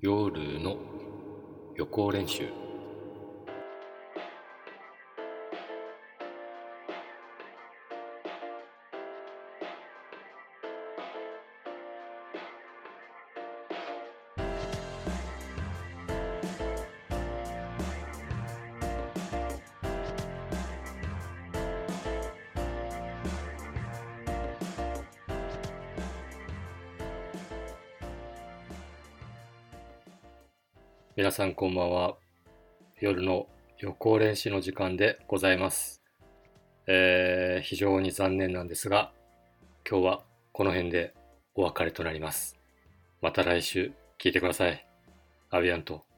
夜の予行練習。皆さんこんばんは。夜の予行練習の時間でございます。非常に残念なんですが、今日はこの辺でお別れとなります。また来週聞いてください。アビアント。